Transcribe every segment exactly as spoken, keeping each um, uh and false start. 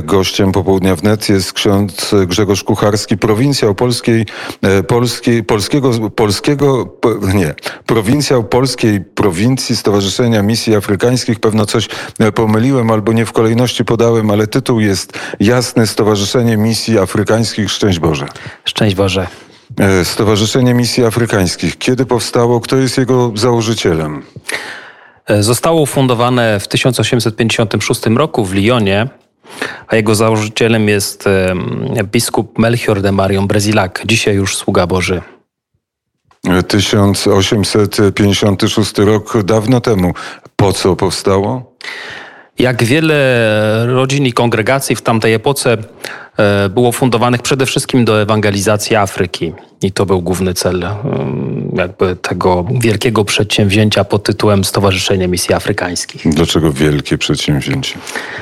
Gościem Popołudnia Wnet jest ksiądz Grzegorz Kucharski, prowincjał polskiej, polskiej, polskiego, polskiego, nie, prowincjał polskiej prowincji Stowarzyszenia Misji Afrykańskich. Pewno coś pomyliłem albo nie w kolejności podałem, ale tytuł jest jasny: Stowarzyszenie Misji Afrykańskich. Szczęść Boże. Szczęść Boże. Stowarzyszenie Misji Afrykańskich. Kiedy powstało? Kto jest jego założycielem? Zostało ufundowane w tysiąc osiemset pięćdziesiątym szóstym roku w Lyonie, a jego założycielem jest biskup Melchior de Marion Brezilac, dzisiaj już sługa Boży. tysiąc osiemset pięćdziesiąty szósty rok, dawno temu. Po co powstało? Jak wiele rodzin i kongregacji w tamtej epoce było fundowanych przede wszystkim do ewangelizacji Afryki. I to był główny cel jakby tego wielkiego przedsięwzięcia pod tytułem Stowarzyszenie Misji Afrykańskich. Dlaczego wielkie przedsięwzięcie?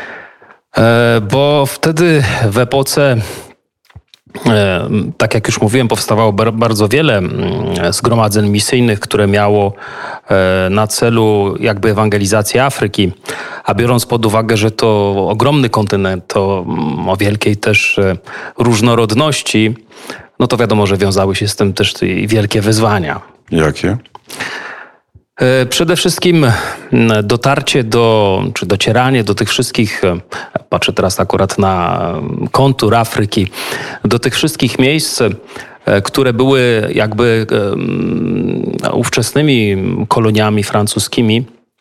Bo wtedy w epoce, tak jak już mówiłem, powstawało bardzo wiele zgromadzeń misyjnych, które miało na celu jakby ewangelizację Afryki. A biorąc pod uwagę, że to ogromny kontynent, to o wielkiej też różnorodności, no to wiadomo, że wiązały się z tym też wielkie wyzwania. Jakie? Przede wszystkim dotarcie do, czy docieranie do tych wszystkich, patrzę teraz akurat na kontur Afryki, do tych wszystkich miejsc, które były jakby ówczesnymi koloniami francuskimi,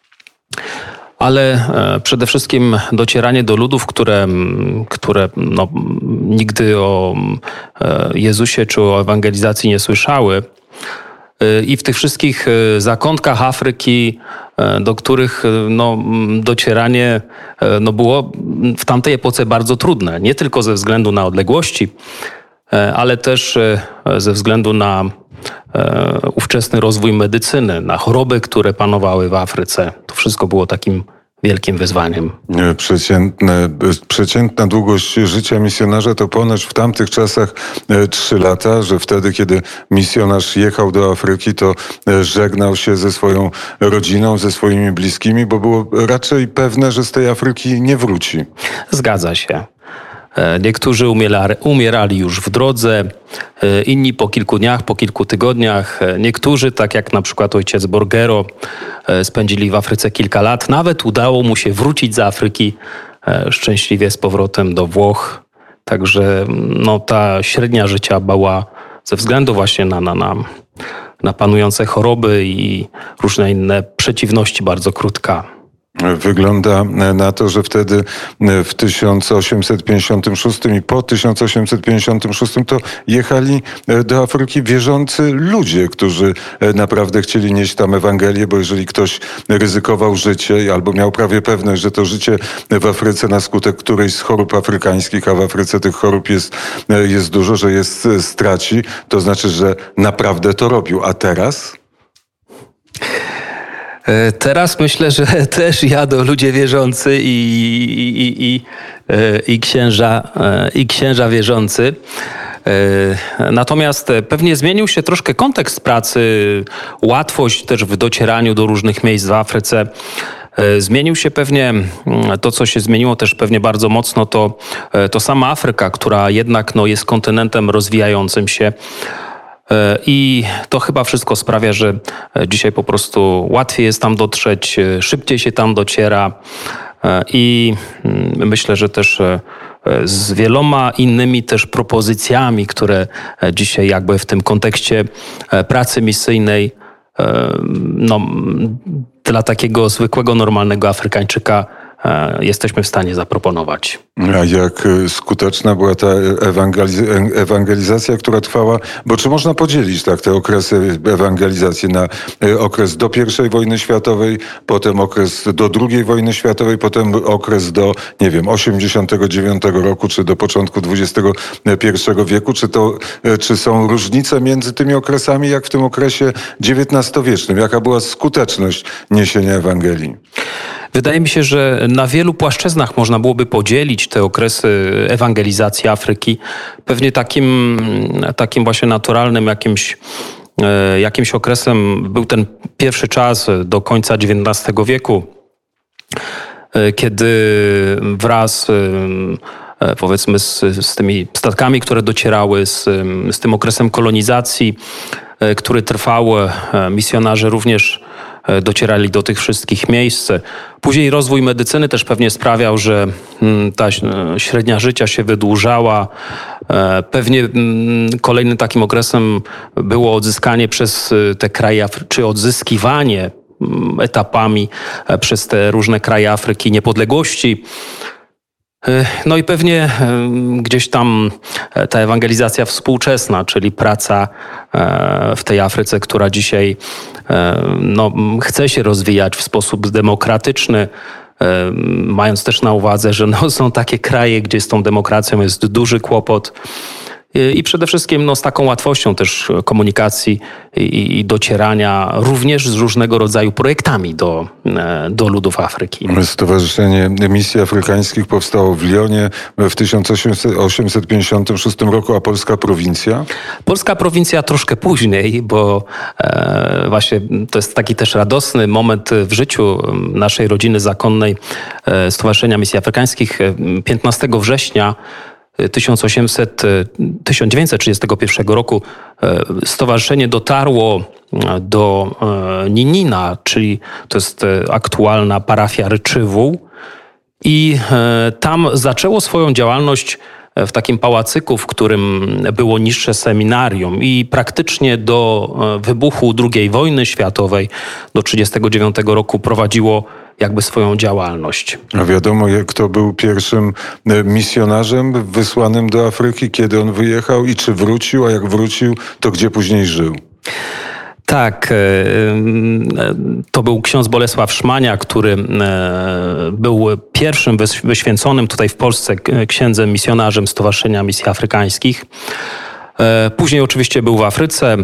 ale przede wszystkim docieranie do ludów, które, które no, nigdy o Jezusie czy o ewangelizacji nie słyszały. I w tych wszystkich zakątkach Afryki, do których no, docieranie no, było w tamtej epoce bardzo trudne. Nie tylko ze względu na odległości, ale też ze względu na ówczesny rozwój medycyny, na choroby, które panowały w Afryce. To wszystko było takim wielkim wyzwaniem. Przeciętne, przeciętna długość życia misjonarza to ponoć w tamtych czasach trzy lata, że wtedy, kiedy misjonarz jechał do Afryki, to żegnał się ze swoją rodziną, ze swoimi bliskimi, bo było raczej pewne, że z tej Afryki nie wróci. Zgadza się. Niektórzy umierali, umierali już w drodze, inni po kilku dniach, po kilku tygodniach. Niektórzy, tak jak na przykład ojciec Borgero, spędzili w Afryce kilka lat. Nawet udało mu się wrócić z Afryki szczęśliwie z powrotem do Włoch. Także no, ta średnia życia była ze względu właśnie na, na, na, na panujące choroby i różne inne przeciwności bardzo krótka. Wygląda na to, że wtedy w tysiąc osiemset pięćdziesiątym szóstym i po tysiąc osiemset pięćdziesiątym szóstym to jechali do Afryki wierzący ludzie, którzy naprawdę chcieli nieść tam Ewangelię, bo jeżeli ktoś ryzykował życie albo miał prawie pewność, że to życie w Afryce na skutek którejś z chorób afrykańskich, a w Afryce tych chorób jest, jest dużo, że jest straci, to znaczy, że naprawdę to robił. A teraz? Teraz myślę, że też jadą ludzie wierzący i, i, i, i, księża, i księża wierzący. Natomiast pewnie zmienił się troszkę kontekst pracy, łatwość też w docieraniu do różnych miejsc w Afryce. Zmienił się pewnie to, co się zmieniło też pewnie bardzo mocno, to, to sama Afryka, która jednak no, jest kontynentem rozwijającym się. I to chyba wszystko sprawia, że dzisiaj po prostu łatwiej jest tam dotrzeć, szybciej się tam dociera i myślę, że też z wieloma innymi też propozycjami, które dzisiaj jakby w tym kontekście pracy misyjnej no, dla takiego zwykłego, normalnego Afrykańczyka jesteśmy w stanie zaproponować. A jak skuteczna była ta ewangeliz- ewangelizacja, która trwała? Bo czy można podzielić tak te okresy ewangelizacji na okres do pierwszej wojny światowej, potem okres do drugiej wojny światowej, potem okres do, nie wiem, osiemdziesiątego dziewiątego roku, czy do początku dwudziestego pierwszego wieku? Czy, to, czy są różnice między tymi okresami, jak w tym okresie dziewiętnastowiecznym? Jaka była skuteczność niesienia Ewangelii? Wydaje mi się, że na wielu płaszczyznach można byłoby podzielić te okresy ewangelizacji Afryki. Pewnie takim, takim właśnie naturalnym jakimś, jakimś okresem był ten pierwszy czas do końca dziewiętnastego wieku, kiedy wraz powiedzmy z, z tymi statkami, które docierały, z, z tym okresem kolonizacji, który trwał. Misjonarze również docierali do tych wszystkich miejsc. Później rozwój medycyny też pewnie sprawiał, że ta średnia życia się wydłużała. Pewnie kolejnym takim okresem było odzyskanie przez te kraje, czy odzyskiwanie etapami przez te różne kraje Afryki niepodległości. No i pewnie gdzieś tam ta ewangelizacja współczesna, czyli praca w tej Afryce, która dzisiaj no, chce się rozwijać w sposób demokratyczny, mając też na uwadze, że no, są takie kraje, gdzie z tą demokracją jest duży kłopot. I przede wszystkim no, z taką łatwością też komunikacji i, i docierania również z różnego rodzaju projektami do, do ludów Afryki. Stowarzyszenie Misji Afrykańskich powstało w Lyonie w tysiąc osiemset pięćdziesiątym szóstym roku, a polska prowincja? Polska prowincja troszkę później, bo e, właśnie to jest taki też radosny moment w życiu naszej rodziny zakonnej e, Stowarzyszenia Misji Afrykańskich. piętnastego września tysiąc dziewięćset trzydziestego pierwszego roku stowarzyszenie dotarło do Ninina, czyli to jest aktualna parafia Ryczywół, i tam zaczęło swoją działalność w takim pałacyku, w którym było niższe seminarium, i praktycznie do wybuchu drugiej wojny światowej, do trzydziestego dziewiątego roku prowadziło jakby swoją działalność. A wiadomo, kto był pierwszym misjonarzem wysłanym do Afryki, kiedy on wyjechał i czy wrócił, a jak wrócił, to gdzie później żył? Tak, to był ksiądz Bolesław Szmania, który był pierwszym wyświęconym tutaj w Polsce księdzem misjonarzem Stowarzyszenia Misji Afrykańskich. Później oczywiście był w Afryce.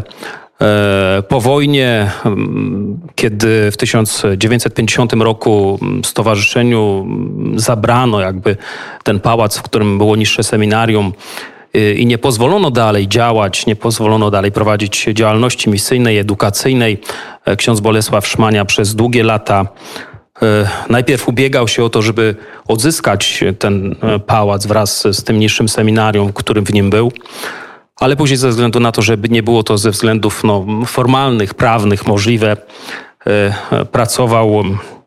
Po wojnie, kiedy w tysiąc dziewięćset pięćdziesiątym roku stowarzyszeniu zabrano jakby ten pałac, w którym było niższe seminarium, i nie pozwolono dalej działać, nie pozwolono dalej prowadzić działalności misyjnej, edukacyjnej, ksiądz Bolesław Szmania przez długie lata najpierw ubiegał się o to, żeby odzyskać ten pałac wraz z tym niższym seminarium, którym w nim był. Ale później ze względu na to, żeby nie było to ze względów no, formalnych, prawnych możliwe, e, pracował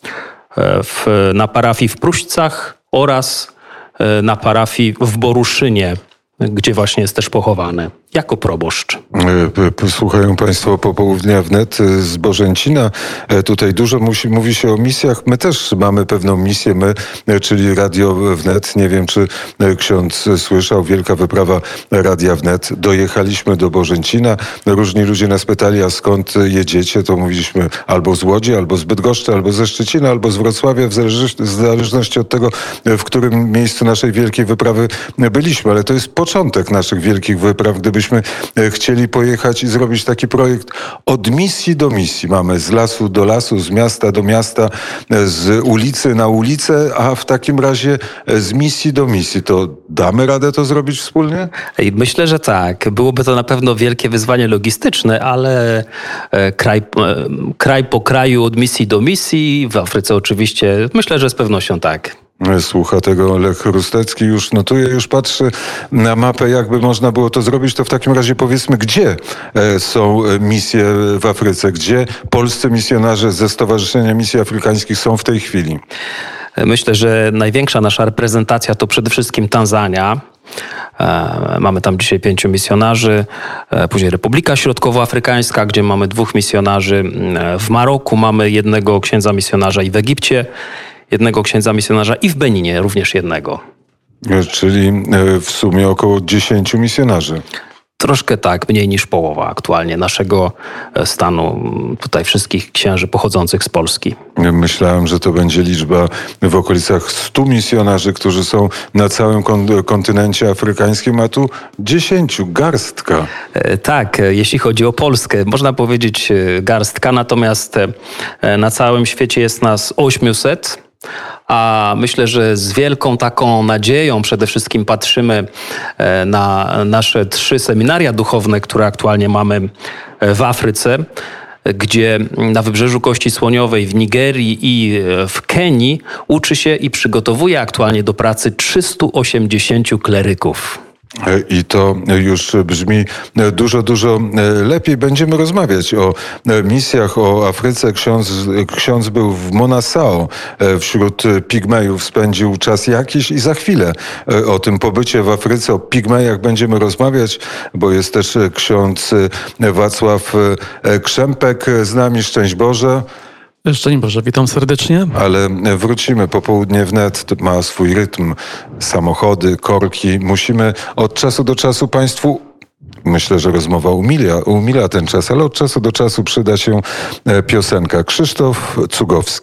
w, na parafii w Pruścach oraz e, na parafii w Boruszynie, gdzie właśnie jest też pochowany jako proboszcz. Słuchają Państwo Popołudnia Wnet z Bożęcina. Tutaj dużo musi, mówi się o misjach. My też mamy pewną misję, my, czyli Radio Wnet. Nie wiem, czy ksiądz słyszał, wielka wyprawa Radia Wnet. Dojechaliśmy do Bożęcina. Różni ludzie nas pytali, a skąd jedziecie? To mówiliśmy albo z Łodzi, albo z Bydgoszczy, albo ze Szczecina, albo z Wrocławia, w zależności, w zależności od tego, w którym miejscu naszej wielkiej wyprawy byliśmy. Ale to jest początek naszych wielkich wypraw. Gdybyśmy chcieli pojechać i zrobić taki projekt od misji do misji. Mamy z lasu do lasu, z miasta do miasta, z ulicy na ulicę, a w takim razie z misji do misji. To damy radę to zrobić wspólnie? Myślę, że tak. Byłoby to na pewno wielkie wyzwanie logistyczne, ale kraj, kraj po kraju, od misji do misji, w Afryce oczywiście, myślę, że z pewnością tak. Słucha tego Lech Rustecki, już notuje, już patrzy na mapę, jakby można było to zrobić. To w takim razie powiedzmy, gdzie są misje w Afryce, gdzie polscy misjonarze ze Stowarzyszenia Misji Afrykańskich są w tej chwili? Myślę, że największa nasza reprezentacja to przede wszystkim Tanzania. Mamy tam dzisiaj pięciu misjonarzy. Później Republika Środkowoafrykańska, gdzie mamy dwóch misjonarzy. W Maroku mamy jednego księdza misjonarza i w Egipcie jednego księdza misjonarza i w Beninie również jednego. Czyli w sumie około dziesięciu misjonarzy. Troszkę tak, mniej niż połowa aktualnie naszego stanu, tutaj wszystkich księży pochodzących z Polski. Myślałem, że to będzie liczba w okolicach stu misjonarzy, którzy są na całym kontynencie afrykańskim, a tu dziesięciu, garstka. Tak, jeśli chodzi o Polskę, można powiedzieć garstka, natomiast na całym świecie jest nas ośmiuset. A myślę, że z wielką taką nadzieją przede wszystkim patrzymy na nasze trzy seminaria duchowne, które aktualnie mamy w Afryce. gdzie na Wybrzeżu Kości Słoniowej, w Nigerii i w Kenii uczy się i przygotowuje aktualnie do pracy trzystu osiemdziesięciu kleryków. I to już brzmi dużo, dużo lepiej. Będziemy rozmawiać o misjach, o Afryce. Ksiądz, ksiądz był w Monassao wśród pigmejów, spędził czas jakiś i za chwilę o tym pobycie w Afryce, o pigmejach będziemy rozmawiać, bo jest też ksiądz Wacław Krzempek z nami. Szczęść Boże. Szczęść Boże, witam serdecznie. Ale wrócimy, popołudnie wnet ma swój rytm, samochody, korki. Musimy od czasu do czasu Państwu, myślę, że rozmowa umila, umila ten czas, ale od czasu do czasu przyda się piosenka. Krzysztof Cugowski.